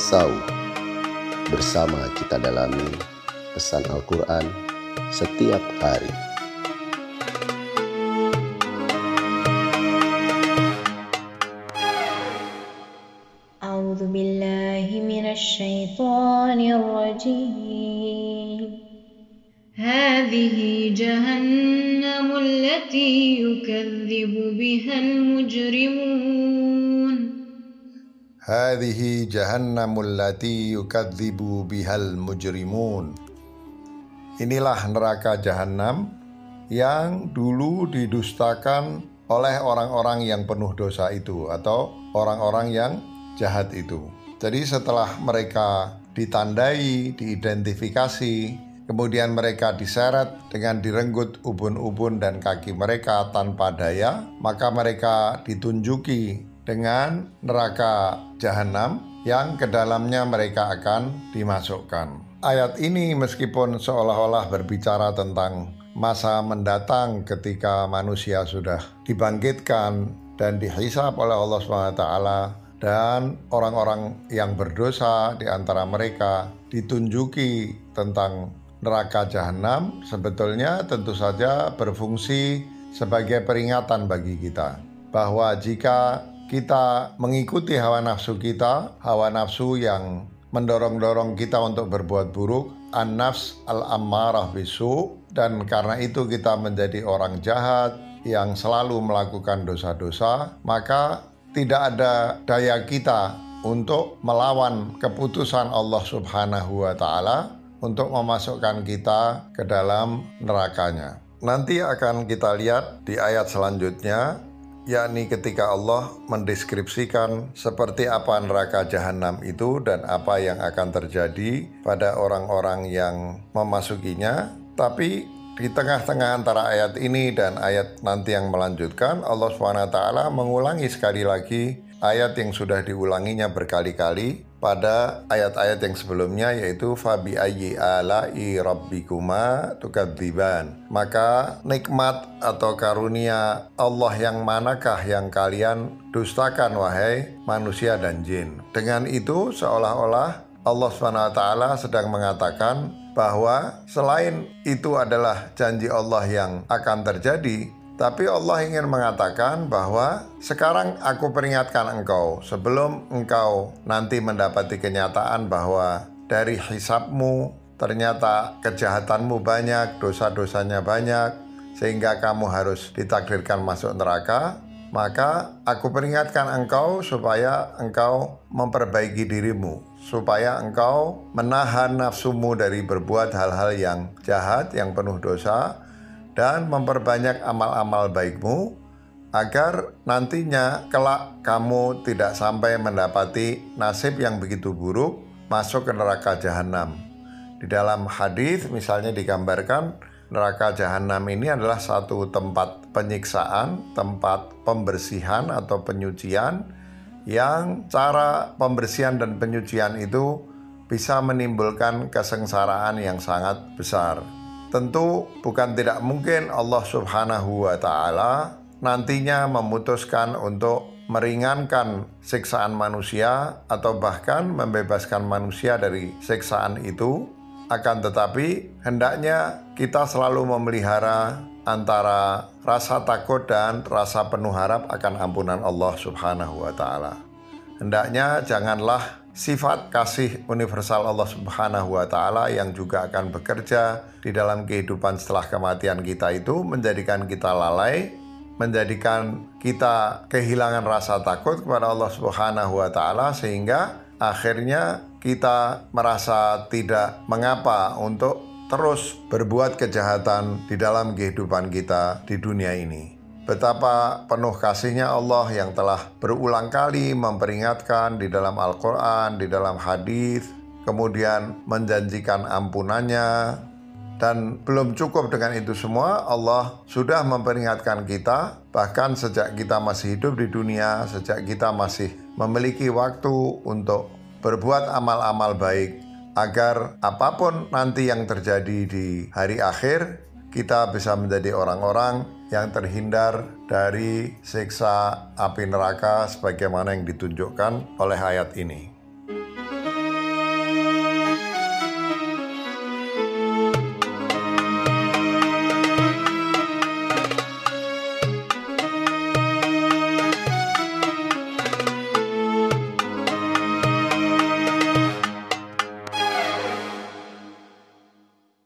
Tasawuf. Bersama kita dalami pesan Al-Quran setiap hari. A'udzu billahi minasy syaithanir rajim. Hadhihi jahannamu allati yukadzibu bihal mujrimun. Hadhihi jahannamul lati yukadzibu bihal mujrimun. Inilah neraka jahanam yang dulu didustakan oleh orang-orang yang penuh dosa itu atau orang-orang yang jahat itu. Jadi setelah mereka ditandai, diidentifikasi, kemudian mereka diseret dengan direnggut ubun-ubun dan kaki mereka tanpa daya, maka mereka ditunjuki dengan neraka jahanam yang ke dalamnya mereka akan dimasukkan. Ayat ini meskipun seolah-olah berbicara tentang masa mendatang ketika manusia sudah dibangkitkan dan dihisab oleh Allah SWT, dan orang-orang yang berdosa di antara mereka ditunjuki tentang neraka jahanam, sebetulnya tentu saja berfungsi sebagai peringatan bagi kita bahwa jika kita mengikuti hawa nafsu kita, hawa nafsu yang mendorong-dorong kita untuk berbuat buruk, an-nafs al-ammarah bisu, dan karena itu kita menjadi orang jahat yang selalu melakukan dosa-dosa, maka tidak ada daya kita untuk melawan keputusan Allah Subhanahu wa Ta'ala untuk memasukkan kita ke dalam nerakanya. Nanti akan kita lihat di ayat selanjutnya, yakni ketika Allah mendeskripsikan seperti apa neraka jahanam itu dan apa yang akan terjadi pada orang-orang yang memasukinya. Tapi di tengah-tengah antara ayat ini dan ayat nanti yang melanjutkan, Allah SWT mengulangi sekali lagi ayat yang sudah diulanginya berkali-kali pada ayat-ayat yang sebelumnya, yaitu fabi ayyi ala'i rabbikuma tukadziban. Maka nikmat atau karunia Allah yang manakah yang kalian dustakan wahai manusia dan jin. Dengan itu seolah-olah Allah SWT sedang mengatakan bahwa selain itu adalah janji Allah yang akan terjadi, tapi Allah ingin mengatakan bahwa sekarang aku peringatkan engkau sebelum engkau nanti mendapati kenyataan bahwa dari hisabmu ternyata kejahatanmu banyak, dosa-dosanya banyak, sehingga kamu harus ditakdirkan masuk neraka. Maka aku peringatkan engkau supaya engkau memperbaiki dirimu, supaya engkau menahan nafsumu dari berbuat hal-hal yang jahat, yang penuh dosa, dan memperbanyak amal-amal baikmu, agar nantinya kelak kamu tidak sampai mendapati nasib yang begitu buruk, masuk ke neraka jahanam. Di dalam hadis misalnya digambarkan neraka jahanam ini adalah satu tempat penyiksaan, tempat pembersihan atau penyucian, yang cara pembersihan dan penyucian itu bisa menimbulkan kesengsaraan yang sangat besar. Tentu bukan tidak mungkin Allah Subhanahu wa Ta'ala nantinya memutuskan untuk meringankan siksaan manusia atau bahkan membebaskan manusia dari siksaan itu. Akan tetapi hendaknya kita selalu memelihara antara rasa takut dan rasa penuh harap akan ampunan Allah Subhanahu wa Ta'ala. Hendaknya janganlah sifat kasih universal Allah Subhanahu wa Ta'ala yang juga akan bekerja di dalam kehidupan setelah kematian kita itu menjadikan kita lalai, menjadikan kita kehilangan rasa takut kepada Allah Subhanahu wa Ta'ala, sehingga akhirnya kita merasa tidak mengapa untuk terus berbuat kejahatan di dalam kehidupan kita di dunia ini. Betapa penuh kasihnya Allah yang telah berulang kali memperingatkan di dalam Al-Quran, di dalam hadis, kemudian menjanjikan ampunannya. Dan belum cukup dengan itu semua, Allah sudah memperingatkan kita, bahkan sejak kita masih hidup di dunia, sejak kita masih memiliki waktu untuk berbuat amal-amal baik, agar apapun nanti yang terjadi di hari akhir, kita bisa menjadi orang-orang yang terhindar dari siksa api neraka sebagaimana yang ditunjukkan oleh ayat ini.